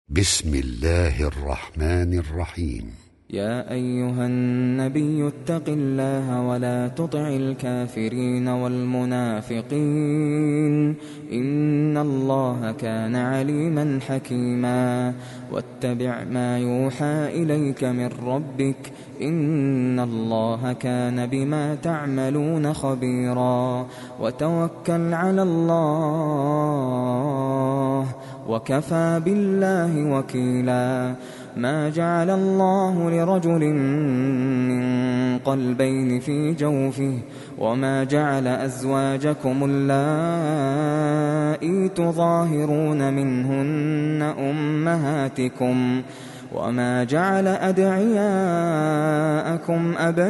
بسم الله الرحمن الرحيم. يا أيها النبي اتق الله ولا تطع الكافرين والمنافقين إن الله كان عليما حكيما واتبع ما يوحى إليك من ربك إن الله كان بما تعملون خبيرا وتوكل على الله وكفى بالله وكيلا ما جعل الله لرجل من قلبين في جوفه وما جعل أزواجكم اللائي تظاهرون منهن أمهاتكم وما جعل أدعياءكم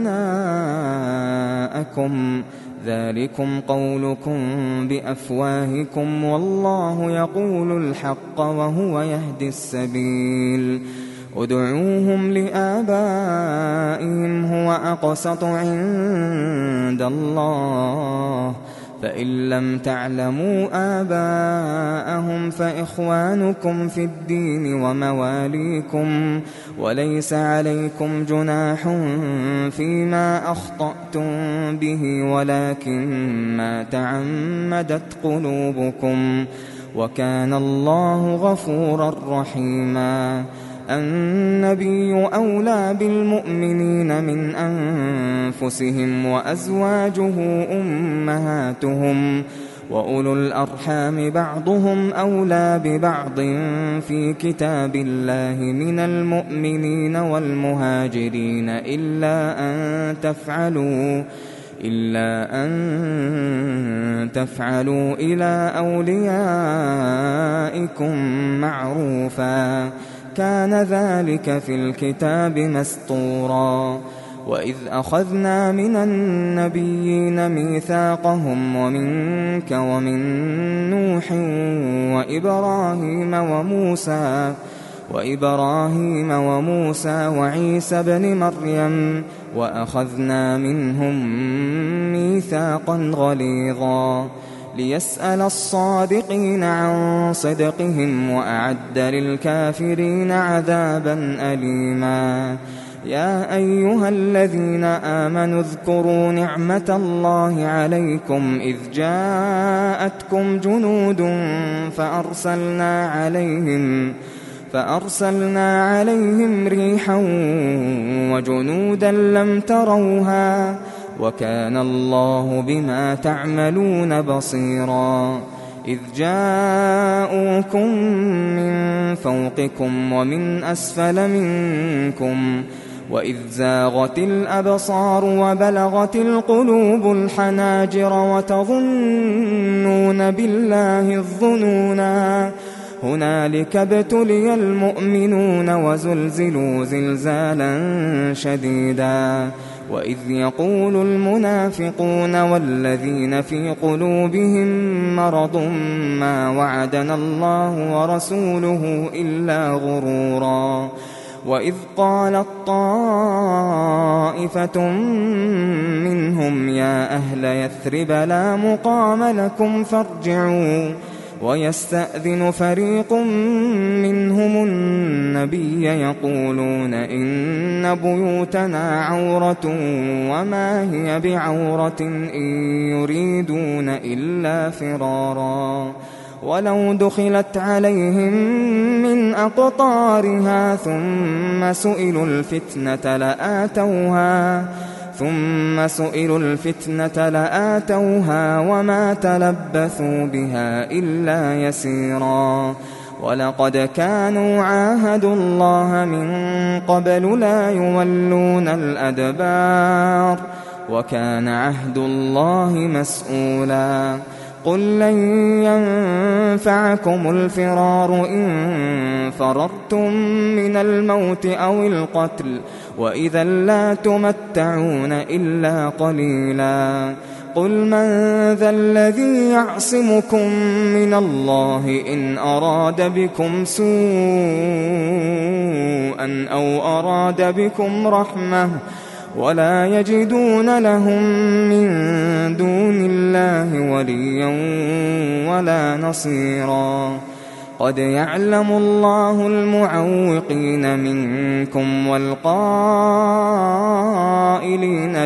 أبناءكم ذلكم قولكم بأفواهكم والله يقول الحق وهو يهدي السبيل ادعوهم لآبائهم هو أقسط عند الله فإن لم تعلموا آباءهم فإخوانكم في الدين ومواليكم وليس عليكم جناح فيما أخطأتم به ولكن ما تعمدت قلوبكم وكان الله غفورا رحيما النبي أولى بالمؤمنين من أنفسهم وأزواجه أمهاتهم وأولو الأرحام بعضهم أولى ببعض في كتاب الله من المؤمنين والمهاجرين إلا أن تفعلوا إلى أوليائكم معروفا كان ذلك في الكتاب مسطورا وإذ أخذنا من النبيين ميثاقهم ومنك ومن نوح وإبراهيم وموسى وعيسى بن مريم وأخذنا منهم ميثاقا غليظا ليسأل الصادقين عن صدقهم وأعد للكافرين عذابا أليما يا أيها الذين آمنوا اذكروا نعمة الله عليكم إذ جاءتكم جنود فأرسلنا عليهم ريحا وجنودا لم تروها وكان الله بما تعملون بصيرا إذ جاءوكم من فوقكم ومن أسفل منكم وإذ زاغت الأبصار وبلغت القلوب الحناجر وتظنون بالله الظنونا هنالك ابتلي المؤمنون وزلزلوا زلزالا شديدا وإذ يقول المنافقون والذين في قلوبهم مرض ما وعدنا الله ورسوله إلا غرورا وإذ قالت طائفة منهم يا أهل يثرب لا مقام لكم فارجعوا ويستأذن فريق منهم النبي يقولون إن بيوتنا عورة وما هي بعورة إن يريدون إلا فرارا ولو دخلت عليهم من أقطارها ثم سئلوا الفتنة لآتوها وما تلبثوا بها إلا يسيرا ولقد كانوا عاهدوا الله من قبل لا يولون الأدبار وكان عهد الله مسؤولا قل لن ينفعكم الفرار إن فررتم من الموت أو القتل وإذا لا تمتعون إلا قليلا قل من ذا الذي يعصمكم من الله إن أراد بكم سوءا أو أراد بكم رحمة ولا يجدون لهم من دون الله وليا ولا نصيرا قد يعلم الله المعوقين منكم والقائلين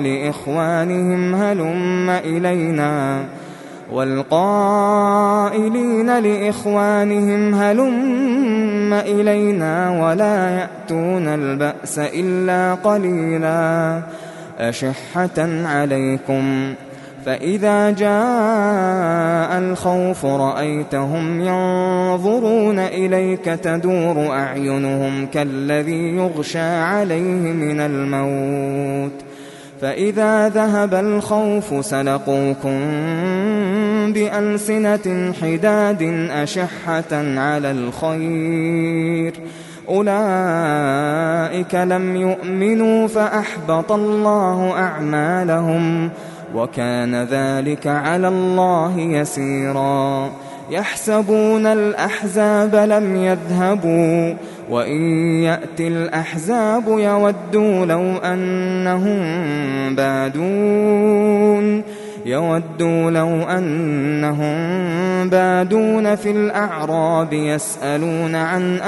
لإخوانهم هلم إلينا ولا يأتون البأس إلا قليلا أشحة عليكم فإذا جاء الخوف رأيتهم ينظرون إليك تدور أعينهم كالذي يغشى عليه من الموت فإذا ذهب الخوف سلقوكم بألسنة حداد أشحة على الخير أولئك لم يؤمنوا فأحبط الله أعمالهم وكان ذلك على الله يسيرا يحسبون الأحزاب لم يذهبوا وإن يأتي الأحزاب يودوا لو أنهم بادون في الأعراب يسألون عن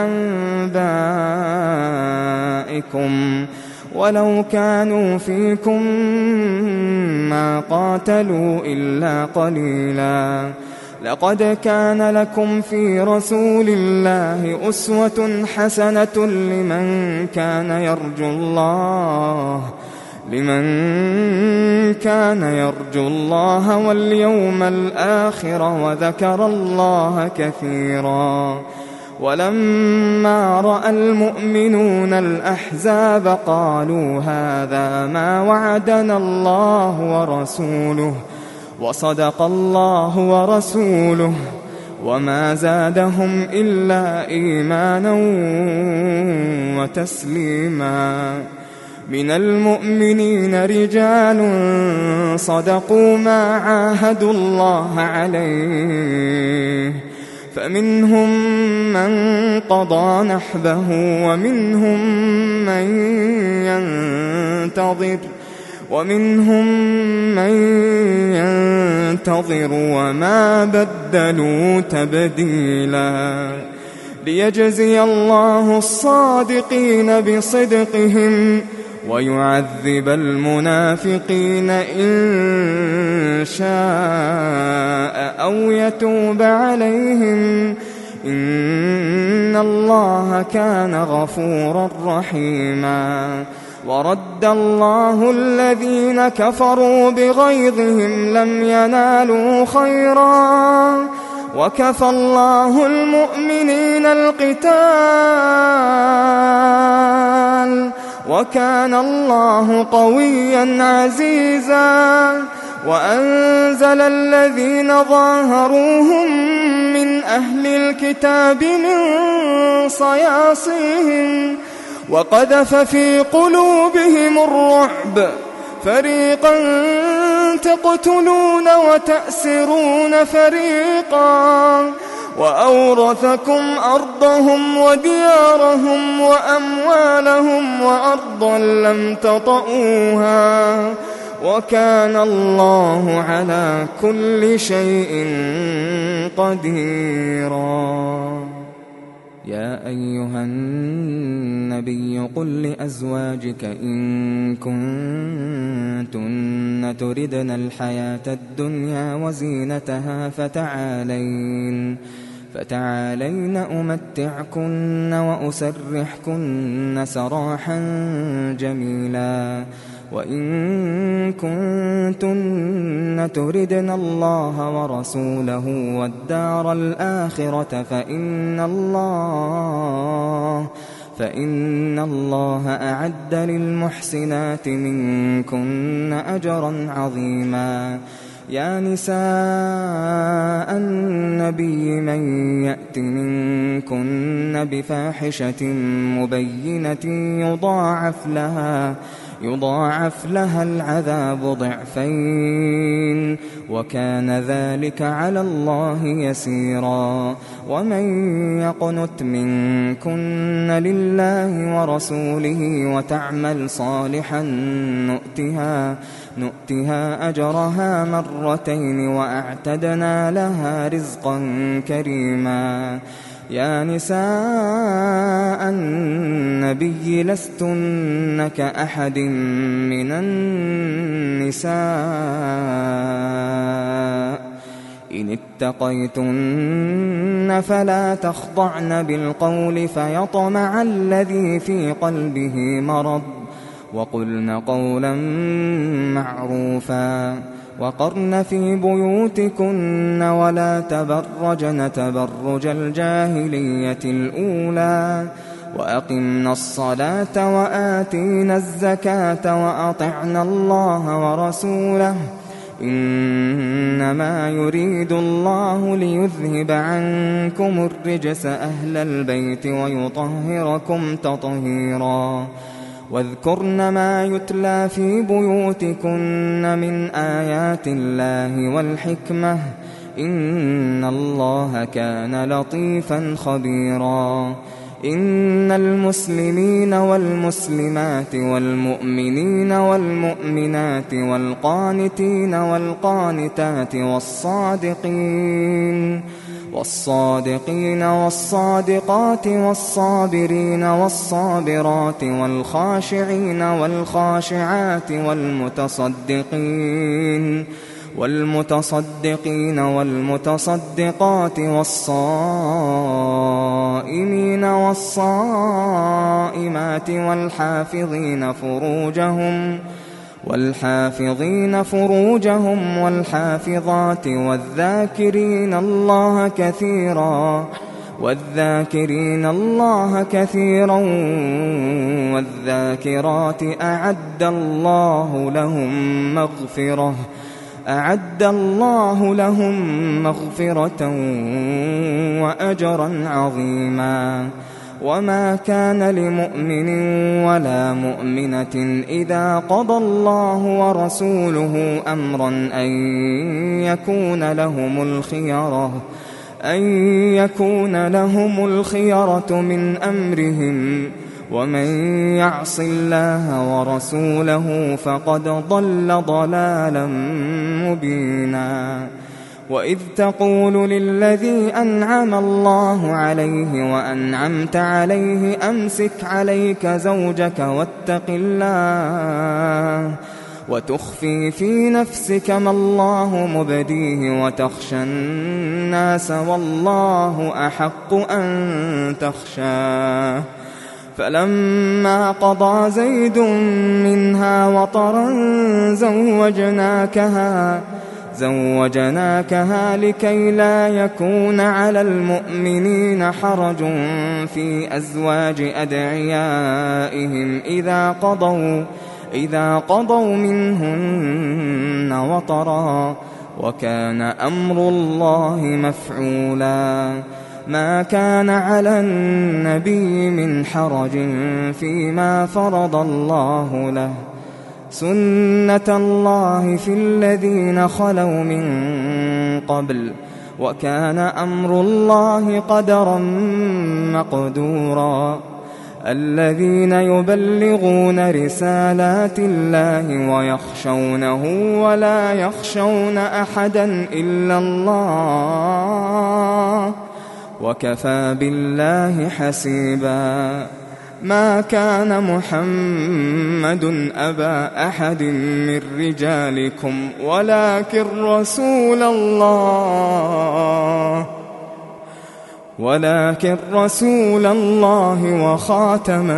أنبائكم ولو كانوا فيكم ما قاتلوا إلا قليلا لقد كان لكم في رسول الله أسوة حسنة لمن كان يرجو الله واليوم الآخر وذكر الله كثيرا ولما رأى المؤمنون الأحزاب قالوا هذا ما وعدنا الله ورسوله وصدق الله ورسوله وما زادهم إلا إيمانا وتسليما من المؤمنين رجال صدقوا ما عاهدوا الله عليه فمنهم من قضى نحبه ومنهم من ينتظر وما بدلوا تبديلا ليجزي الله الصادقين بصدقهم ويعذب المنافقين إن شاء أو يتوب عليهم إن الله كان غفورا رحيما ورد الله الذين كفروا بغيظهم لم ينالوا خيرا وكفى الله المؤمنين القتال وكان الله قويا عزيزا وأنزل الذين ظاهروهم من أهل الكتاب من صياصيهم وقذف في قلوبهم الرعب فريقا تقتلون وتأسرون فريقا وأورثكم أرضهم وديارهم وأموالهم وأرضا لم تطئوها وكان الله على كل شيء قديرا يا أيها النبي قل لأزواجك إن كنتن تردن الحياة الدنيا وزينتها فتعالين أمتعكن وأسرحكن سراحا جميلا وإن كنتن تردن الله ورسوله والدار الآخرة فإن الله أعد للمحسنات منكن أجرا عظيما يا نساء النبي من يأت منكن بفاحشة مبينة يضاعف لها العذاب ضعفين وكان ذلك على الله يسيرا ومن يقنت منكن لله ورسوله وتعمل صالحا نؤتها أجرها مرتين وأعتدنا لها رزقا كريما يا نساء النبي لستن كأحد من النساء إن اتقيتن فلا تخضعن بالقول فيطمع الذي في قلبه مرض وقلن قولا معروفا وقرن في بيوتكن ولا تبرجن تبرج الجاهلية الأولى وأقمنا الصلاة وآتينا الزكاة وأطعنا الله ورسوله إنما يريد الله ليذهب عنكم الرجس أهل البيت ويطهركم تطهيرا واذكرن ما يتلى في بيوتكن من آيات الله والحكمة إن الله كان لطيفا خبيرا إن المسلمين والمسلمات والمؤمنين والمؤمنات والقانتين والقانتات والصادقين والصادقات والصابرين والصابرات والخاشعين والخاشعات والمتصدقين والمتصدقات والصائمين والصائمات والحافظين فروجهم والحافظات والذاكرين الله كثيرا والذاكرات أعد الله لهم مغفرة وأجرا عظيما وما كان لمؤمن ولا مؤمنة إذا قضى الله ورسوله أمرا أن يكون لهم الخيرة من أمرهم ومن يعص الله ورسوله فقد ضل ضلالا مبينا وإذ تقول للذي أنعم الله عليه وأنعمت عليه أمسك عليك زوجك واتق الله وتخفي في نفسك ما الله مبديه وتخشى الناس والله أحق أن تخشاه فلما قضى زيد منها وطرا زوجناكها لكي لا يكون على المؤمنين حرج في أزواج أدعيائهم إذا قضوا منهن وطرا وكان أمر الله مفعولا ما كان على النبي من حرج فيما فرض الله له سنة الله في الذين خلوا من قبل وكان أمر الله قدرا مقدورا الذين يبلغون رسالات الله ويخشونه ولا يخشون أحدا إلا الله وكفى بالله حسيبا ما كان محمد أبا أحد من رجالكم ولكن رسول الله وخاتم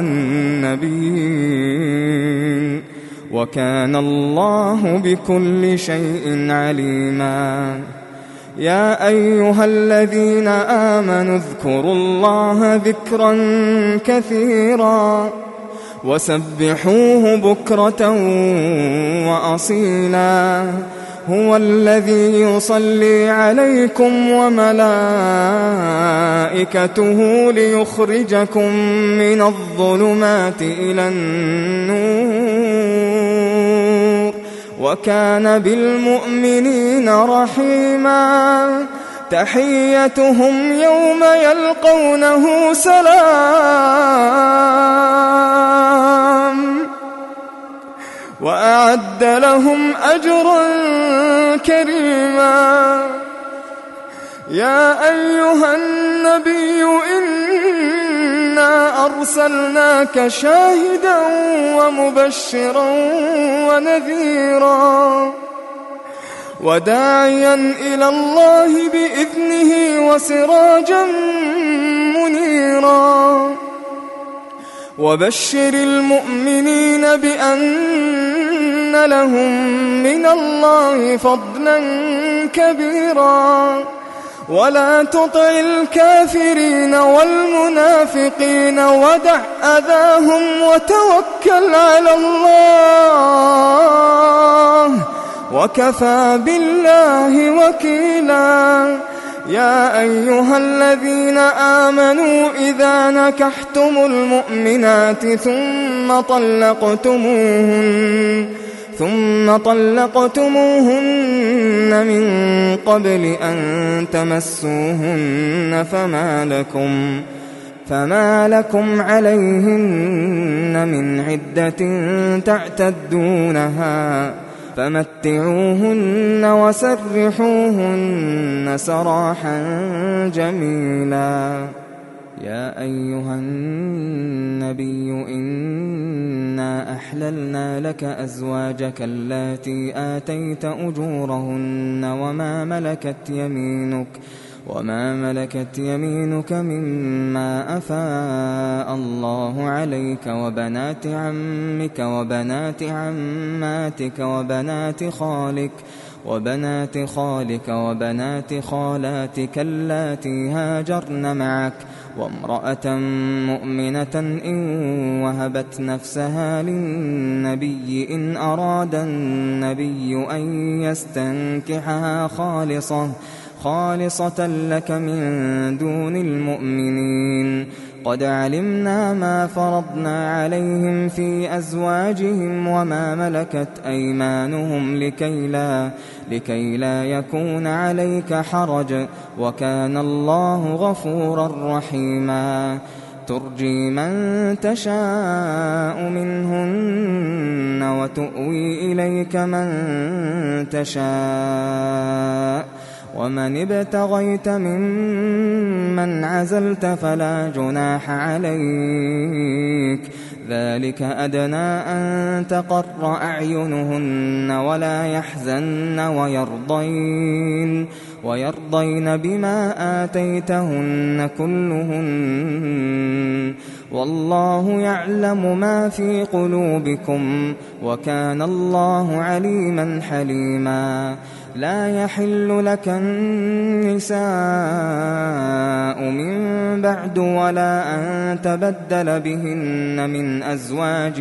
النبيين وكان الله بكل شيء عليما يا أيها الذين آمنوا اذكروا الله ذكرا كثيرا وسبحوه بكرة وأصيلا هو الذي يصلي عليكم وملائكته ليخرجكم من الظلمات إلى النور وكان بالمؤمنين رحيما تحيتهم يوم يلقونه سلام وأعد لهم أجرا كريما يا أيها الناس النبي إنا أرسلناك شاهدا ومبشرا ونذيرا وداعيا إلى الله بإذنه وسراجا منيرا وبشر المؤمنين بأن لهم من الله فضلا كبيرا ولا تطع الكافرين والمنافقين ودع أذاهم وتوكل على الله وكفى بالله وكيلا يا أيها الذين آمنوا إذا نكحتم المؤمنات ثم طلقتموهن من قبل أن تمسوهن فما لكم عليهن من عدة تعتدونها فمتعوهن وسرحوهن سراحا جميلا يا أيها النبي إنا أحللنا لك أزواجك اللاتي آتيت أجورهن وما ملكت يمينك مما أفاء الله عليك وبنات عمك وبنات عماتك وبنات خالك وبنات خالاتك اللاتي هاجرن معك وامرأة مؤمنة إن وهبت نفسها للنبي إن أراد النبي أن يستنكحها خالصة لك من دون المؤمنين قد علمنا ما فرضنا عليهم في أزواجهم وما ملكت أيمانهم لكي لا يكون عليك حرج وكان الله غفورا رحيما ترجي من تشاء منهن وتؤوي إليك من تشاء ومن ابتغيت ممن عزلت فلا جناح عليك ذلك أدنى أن تقر أعينهن ولا يحزن ويرضين بما آتيتهن كلهن والله يعلم ما في قلوبكم وكان الله عليما حليما لا يحل لك النساء من بعد ولا أن تبدل بهن من أزواج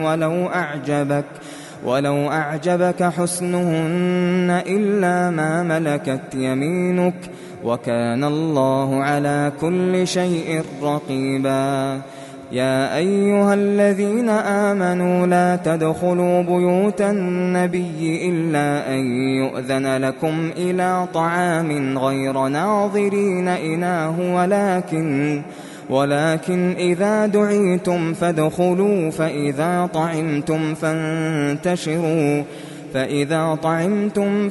ولو أعجبك حسنهن إلا ما ملكت يمينك وكان الله على كل شيء رقيبا يا أيها الذين آمنوا لا تدخلوا بيوت النبي إلا أن يؤذن لكم إلى طعام غير ناظرين إناه ولكن إذا دعيتم فادخلوا فإذا طعمتم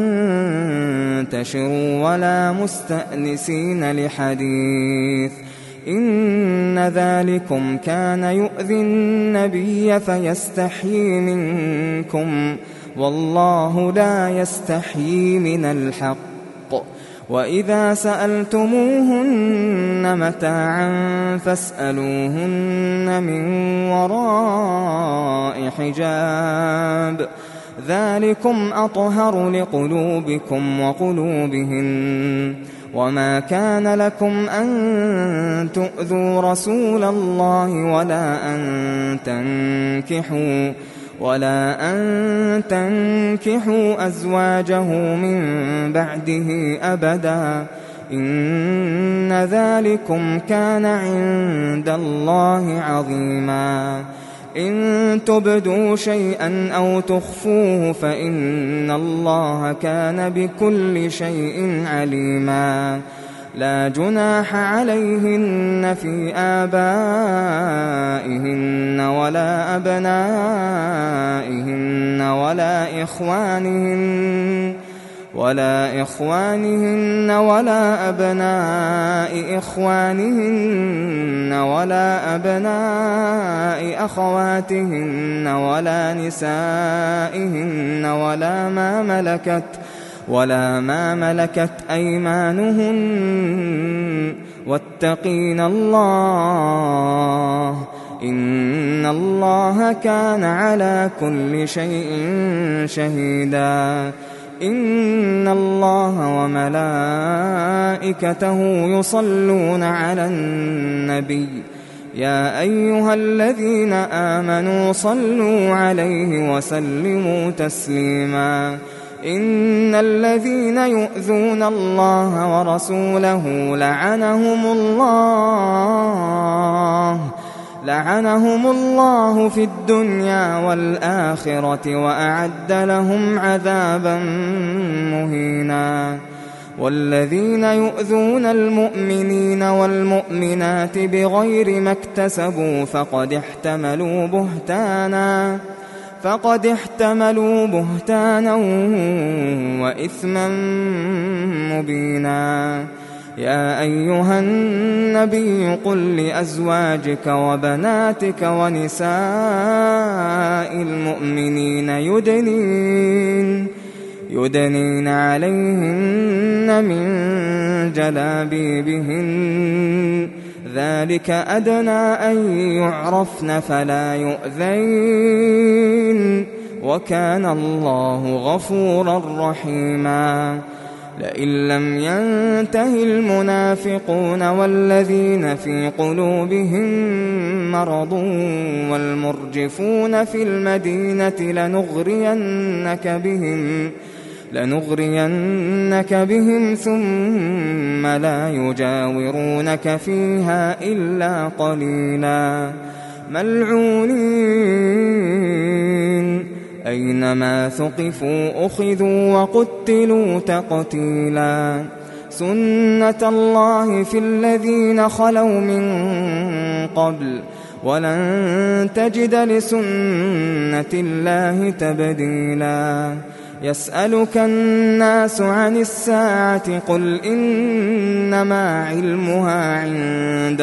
فانتشروا ولا مستأنسين لحديث إن ذلكم كان يؤذي النبي فيستحيي منكم والله لا يستحيي من الحق وإذا سألتموهن متاعا فاسألوهن من وراء حجاب ذلكم أطهر لقلوبكم وقلوبهن وما كان لكم أن تؤذوا رسول الله ولا أن تنكحوا أزواجه من بعده أبدا إن ذلكم كان عند الله عظيما إن تبدوا شيئا أو تخفوه فإن الله كان بكل شيء عليما لا جناح عليهن في آبائهن ولا أبنائهن ولا إخوانهن ولا أبناء إخوانهن ولا أبناء أخواتهن ولا نسائهن ولا ما ملكت أيمانهن واتقين الله إن الله كان على كل شيء شهيدا إن الله وملائكته يصلون على النبي يا أيها الذين آمنوا صلوا عليه وسلموا تسليما إن الذين يؤذون الله ورسوله لعنهم الله في الدنيا والآخرة وأعد لهم عذابا مهينا والذين يؤذون المؤمنين والمؤمنات بغير ما اكتسبوا فقد احتملوا بهتانا وإثما مبينا يا أيها النبي قل لأزواجك وبناتك ونساء المؤمنين يدنين عليهن من جلابيبهن ذلك أدنى أن يعرفن فلا يؤذين وكان الله غفورا رحيما لئن لم ينته المنافقون والذين في قلوبهم مرض والمرجفون في المدينة لنغرينك بهم ثم لا يجاورونك فيها إلا قليلا ملعونين أينما ثقفوا أخذوا وقتلوا تقتيلا سنة الله في الذين خلوا من قبل ولن تجد لسنة الله تبديلا يسألك الناس عن الساعة قل إنما علمها عند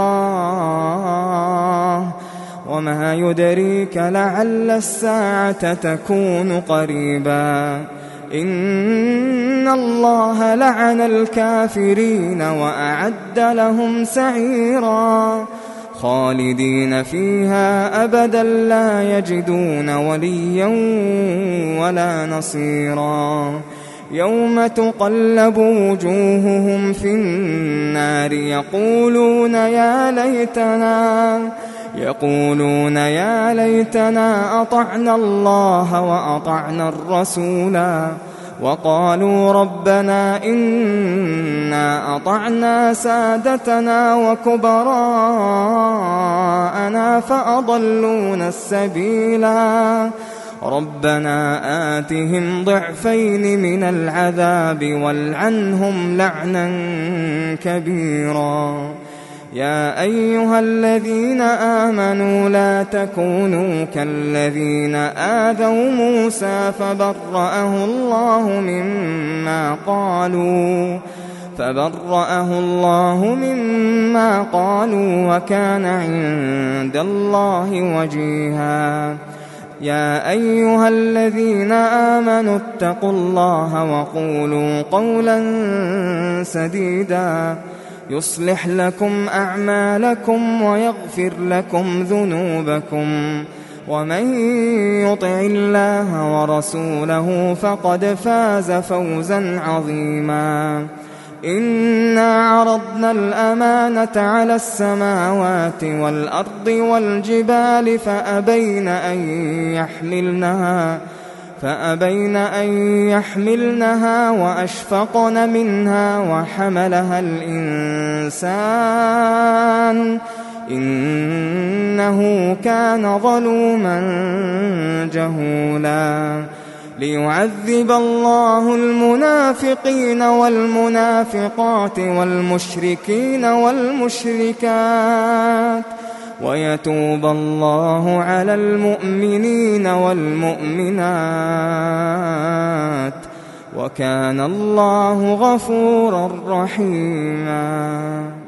الله وما يدريك لعل الساعة تكون قريبا إن الله لعن الكافرين وأعد لهم سعيرا خالدين فيها أبدا لا يجدون وليا ولا نصيرا يوم تقلب وجوههم في النار يقولون يا ليتنا أطعنا الله وأطعنا الرسولا وقالوا ربنا إنا أطعنا سادتنا وكبراءنا فأضلونا السبيلا ربنا آتهم ضعفين من العذاب والعنهم لعنا كبيرا يا أيها الذين آمنوا لا تكونوا كالذين آذوا موسى فبرأه الله مما قالوا وكان عند الله وجيها يا أيها الذين آمنوا اتقوا الله وقولوا قولا سديدا يصلح لكم أعمالكم ويغفر لكم ذنوبكم ومن يطع الله ورسوله فقد فاز فوزا عظيما إنا عرضنا الأمانة على السماوات والأرض والجبال فأبين أن يحملنها وأشفقن منها وحملها الإنسان إنه كان ظلوما جهولا ليعذب الله المنافقين والمنافقات والمشركين والمشركات ويتوب الله على المؤمنين والمؤمنات وكان الله غفورا رحيما.